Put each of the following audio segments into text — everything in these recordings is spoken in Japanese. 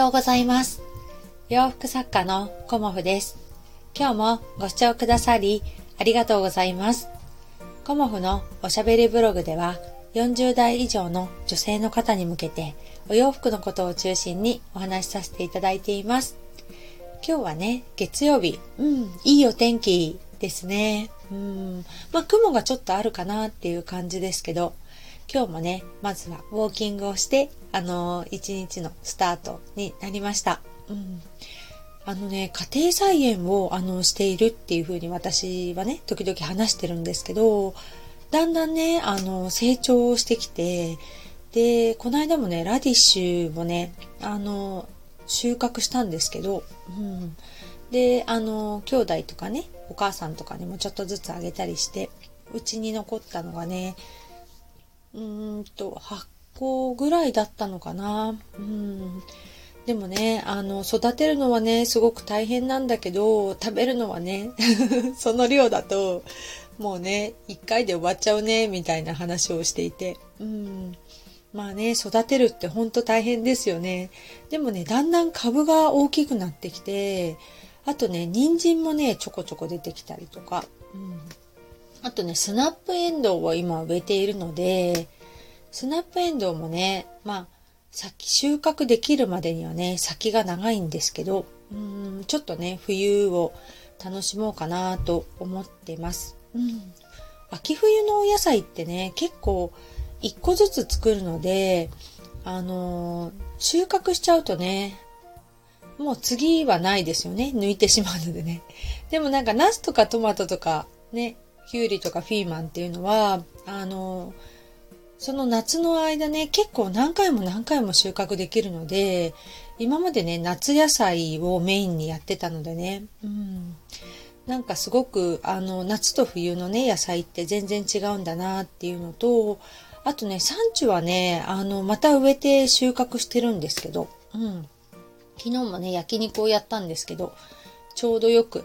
うございます。洋服作家のコモフです。今日もご視聴くださりありがとうございます。コモフのおしゃべりブログでは40代以上の女性の方に向けてお洋服のことを中心にお話しさせていただいています。今日はね、月曜日、いいお天気ですね。雲がちょっとあるかなっていう感じですけど、今日もね、まずはウォーキングをして、一日のスタートになりました。家庭菜園をしているっていう風に私はね、時々話してるんですけど、だんだんね、成長してきて、で、この間もね、ラディッシュもね、収穫したんですけど、で、兄弟とかね、お母さんとかにもちょっとずつあげたりして、うちに残ったのがね、8個ぐらいだったのかな。でもね、育てるのはね、すごく大変なんだけど、食べるのはね、その量だと、もうね、一回で終わっちゃうね、みたいな話をしていて。まあね、育てるってほんと大変ですよね。でもね、だんだん株が大きくなってきて、あとね、人参もね、ちょこちょこ出てきたりとか。あとね、スナップエンドウを今植えているので、スナップエンドウもね、収穫できるまでにはね、先が長いんですけど、ちょっとね、冬を楽しもうかなと思ってます。秋冬のお野菜ってね、結構一個ずつ作るので、収穫しちゃうとね、もう次はないですよね。抜いてしまうのでね。でもなんかナスとかトマトとかね、キュウリとかピーマンっていうのは、その夏の間ね、結構何回も何回も収穫できるので、今までね、夏野菜をメインにやってたのでね、なんかすごく、夏と冬のね、野菜って全然違うんだなっていうのと、あとね、サンチュはね、また植えて収穫してるんですけど、昨日もね、焼肉をやったんですけど、ちょうどよく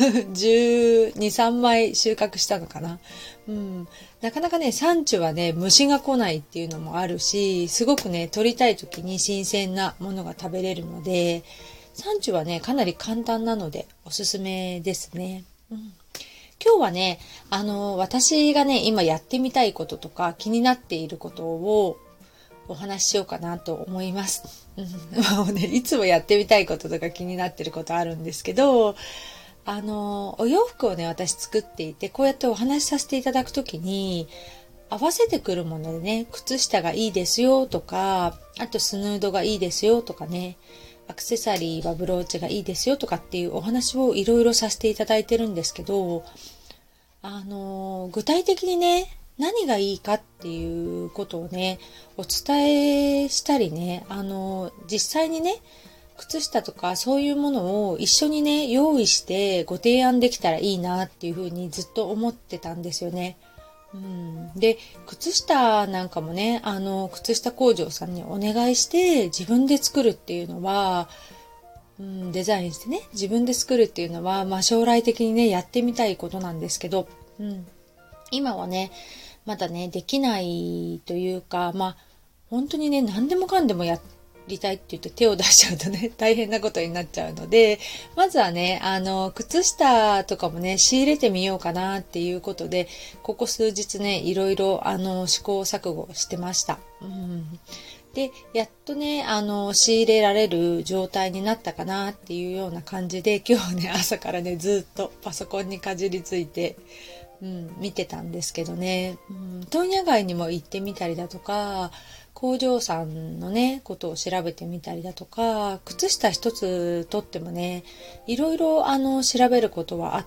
12、3枚収穫したのかな。なかなかね、産地はね、虫が来ないっていうのもあるし、すごくね、取りたい時に新鮮なものが食べれるので、産地はね、かなり簡単なのでおすすめですね。今日はね、私がね、今やってみたいこととか気になっていることをお話ししようかなと思います。もうね、いつもやってみたいこととか気になってることあるんですけど、お洋服をね、私作っていて、こうやってお話しさせていただくときに、合わせてくるものでね、靴下がいいですよとか、あとスヌードがいいですよとかね、アクセサリーはブローチがいいですよとかっていうお話をいろいろさせていただいてるんですけど、具体的にね、何がいいかっていうことをね、お伝えしたりね、実際にね、靴下とかそういうものを一緒にね、用意してご提案できたらいいなっていうふうにずっと思ってたんですよね。で、靴下なんかもね、靴下工場さんにお願いして自分で作るっていうのは、デザインしてね、自分で作るっていうのは、将来的にね、やってみたいことなんですけど、今はね、まだね、できないというか、本当にね、何でもかんでもやりたいって言って手を出しちゃうとね、大変なことになっちゃうので、まずはね、靴下とかもね、仕入れてみようかなっていうことで、ここ数日ね、いろいろ、試行錯誤してました。で、やっとね、仕入れられる状態になったかなっていうような感じで、今日はね、朝からね、ずっとパソコンにかじりついて、見てたんですけどね、問屋街にも行ってみたりだとか、工場さんのね、ことを調べてみたりだとか、靴下一つとってもね、いろいろ調べることはあって、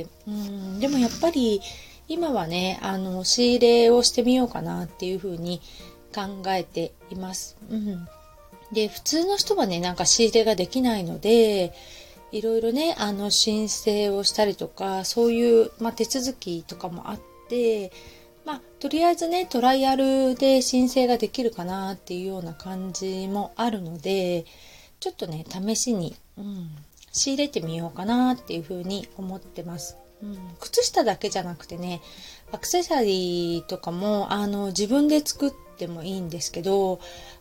でもやっぱり今はね、仕入れをしてみようかなっていうふうに考えています。で、普通の人はね、なんか仕入れができないので、いろいろね、申請をしたりとか、そういう、手続きとかもあって、とりあえずね、トライアルで申請ができるかなっていうような感じもあるので、ちょっとね、試しに、仕入れてみようかなっていうふうに思ってます。靴下だけじゃなくてね、アクセサリーとかも、自分で作ってもいいんですけど、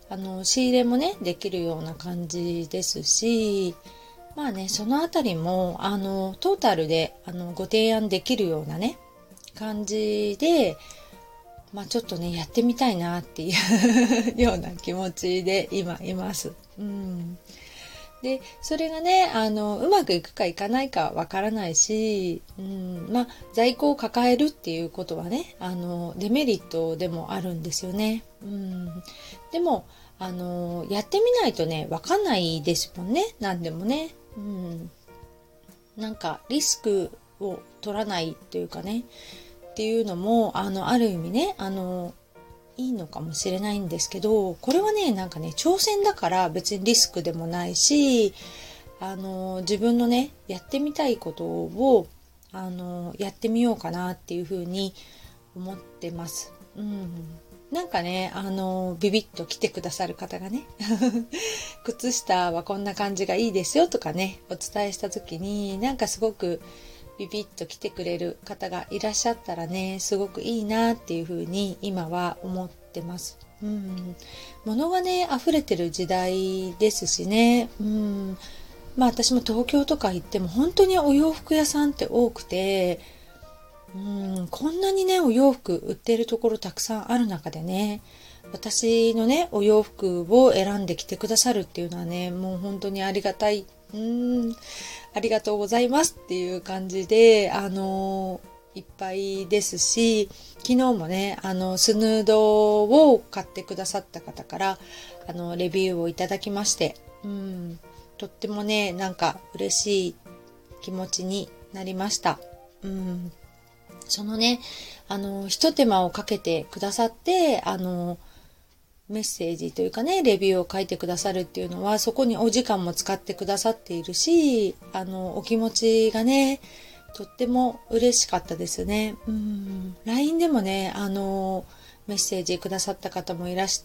仕入れもね、できるような感じですし、まあね、そのあたりも、トータルで、ご提案できるようなね、感じで、まあちょっとね、やってみたいなっていうような気持ちで今います。で、それがね、うまくいくかいかないかわからないし、まあ在庫を抱えるっていうことはね、デメリットでもあるんですよね。でも、やってみないとね、わかんないですもんね、なんでもね。なんかリスクを取らないというかね、っていうのもある意味ねいいのかもしれないんですけど、これはねなんかね挑戦だから別にリスクでもないし、自分のねやってみたいことをやってみようかなっていうふうに思ってます。なんかねビビッと来てくださる方がね靴下はこんな感じがいいですよとかねお伝えした時になんかすごくビビッと来てくれる方がいらっしゃったらね、すごくいいなっていうふうに今は思ってます。物がね、溢れてる時代ですしね。まあ私も東京とか行っても本当にお洋服屋さんって多くて、こんなにね、お洋服売ってるところたくさんある中でね、私のね、お洋服を選んできてくださるっていうのはね、もう本当にありがたい。ありがとうございますっていう感じで、いっぱいですし、昨日もね、スヌードを買ってくださった方から、レビューをいただきまして、とってもね、なんか嬉しい気持ちになりました。そのね、一手間をかけてくださって、メッセージというかね、レビューを書いてくださるっていうのは、そこにお時間も使ってくださっているし、お気持ちがね、とっても嬉しかったですね。LINE でもね、メッセージくださった方もいらして、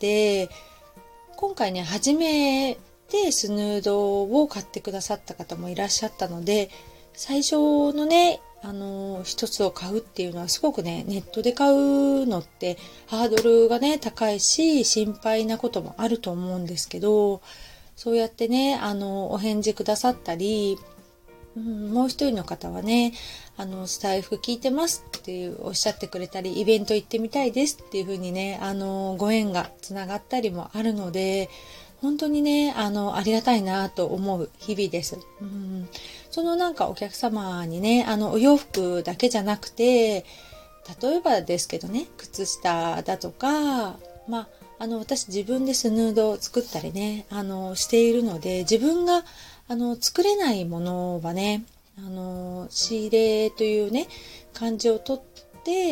今回ね、初めてスヌードを買ってくださった方もいらっしゃったので、最初のね、一つを買うっていうのはすごくね、ネットで買うのってハードルがね、高いし、心配なこともあると思うんですけど、そうやってね、お返事くださったり、もう一人の方はね、スタイフ聞いてますっていうおっしゃってくれたり、イベント行ってみたいですっていうふうにね、ご縁がつながったりもあるので、本当にね、ありがたいなと思う日々です。そのなんかお客様にね、お洋服だけじゃなくて、例えばですけどね、靴下だとか、まあ、私自分でスヌードを作ったりね、しているので、自分が、作れないものはね、仕入れというね、感じをとって、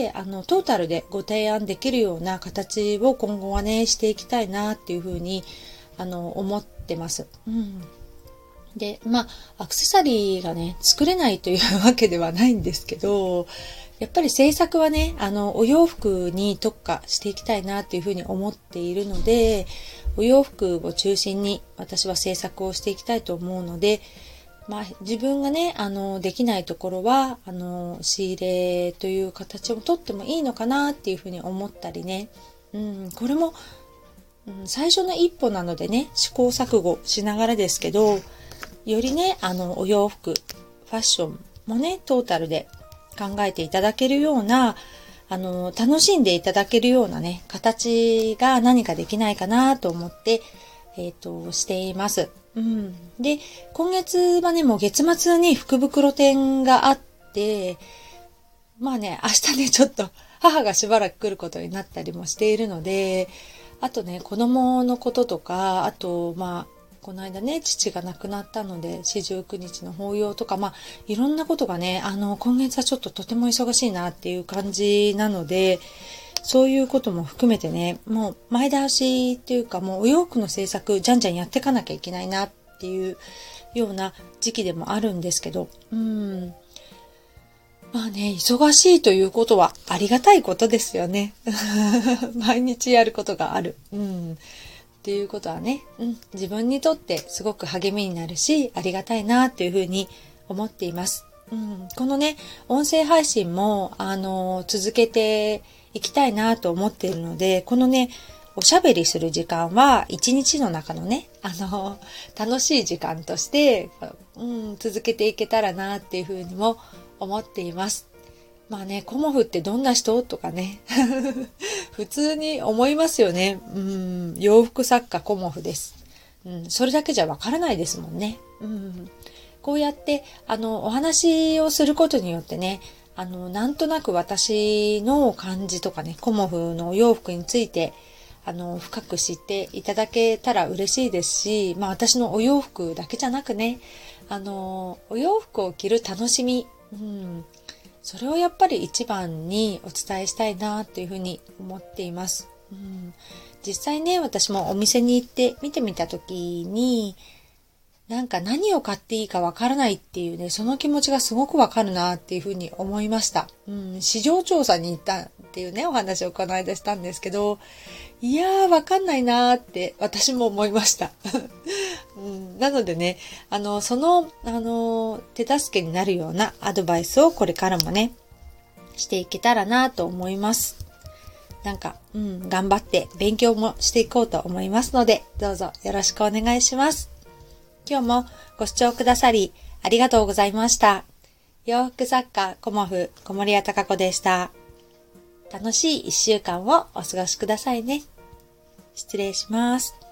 トータルでご提案できるような形を今後はね、していきたいなっていうふうに、思ってます。で、まあ、アクセサリーがね、作れないというわけではないんですけど、やっぱり制作はね、お洋服に特化していきたいなっていうふうに思っているので、お洋服を中心に私は制作をしていきたいと思うので、まあ、自分がね、できないところは、仕入れという形をとってもいいのかなっていうふうに思ったりね、これも、最初の一歩なのでね、試行錯誤しながらですけど、よりね、お洋服、ファッションもね、トータルで考えていただけるような、楽しんでいただけるようなね、形が何かできないかなと思って、しています。で、今月はね、もう月末に福袋展があって、まあね、明日ね、ちょっと母がしばらく来ることになったりもしているので、あとね、子供のこととか、あと、まあ、この間ね、父が亡くなったので、四十九日の法要とか、まあ、いろんなことがね、今月はちょっととても忙しいなっていう感じなので、そういうことも含めてね、もう前倒しっていうか、もうお洋服の制作、じゃんじゃんやっていかなきゃいけないなっていうような時期でもあるんですけど、まあね、忙しいということはありがたいことですよね。毎日やることがある。っていうことはね、自分にとってすごく励みになるし、ありがたいなっていうふうに思っています。このね、音声配信も、続けていきたいなと思っているので、このね、 おしゃべりする時間は一日の中のね、楽しい時間として、続けていけたらなっていうふうにも思っています。まあね、コモフってどんな人とかね、普通に思いますよね。洋服作家コモフです。それだけじゃわからないですもんね。こうやって、お話をすることによってね、なんとなく私の感じとかね、コモフのお洋服について、深く知っていただけたら嬉しいですし、まあ私のお洋服だけじゃなくね、お洋服を着る楽しみ、それをやっぱり一番にお伝えしたいなっていうふうに思っています。実際ね、私もお店に行って見てみたときに、なんか何を買っていいかわからないっていうね、その気持ちがすごくわかるなっていうふうに思いました。市場調査に行ったっていうね、お話をこの間したんですけど、いやーわかんないなーって私も思いました。なのでね、その、手助けになるようなアドバイスをこれからもね、していけたらなと思います。なんか、頑張って勉強もしていこうと思いますので、どうぞよろしくお願いします。今日もご視聴くださりありがとうございました。洋服作家コモフ小森屋隆子でした。楽しい1週間をお過ごしくださいね。失礼します。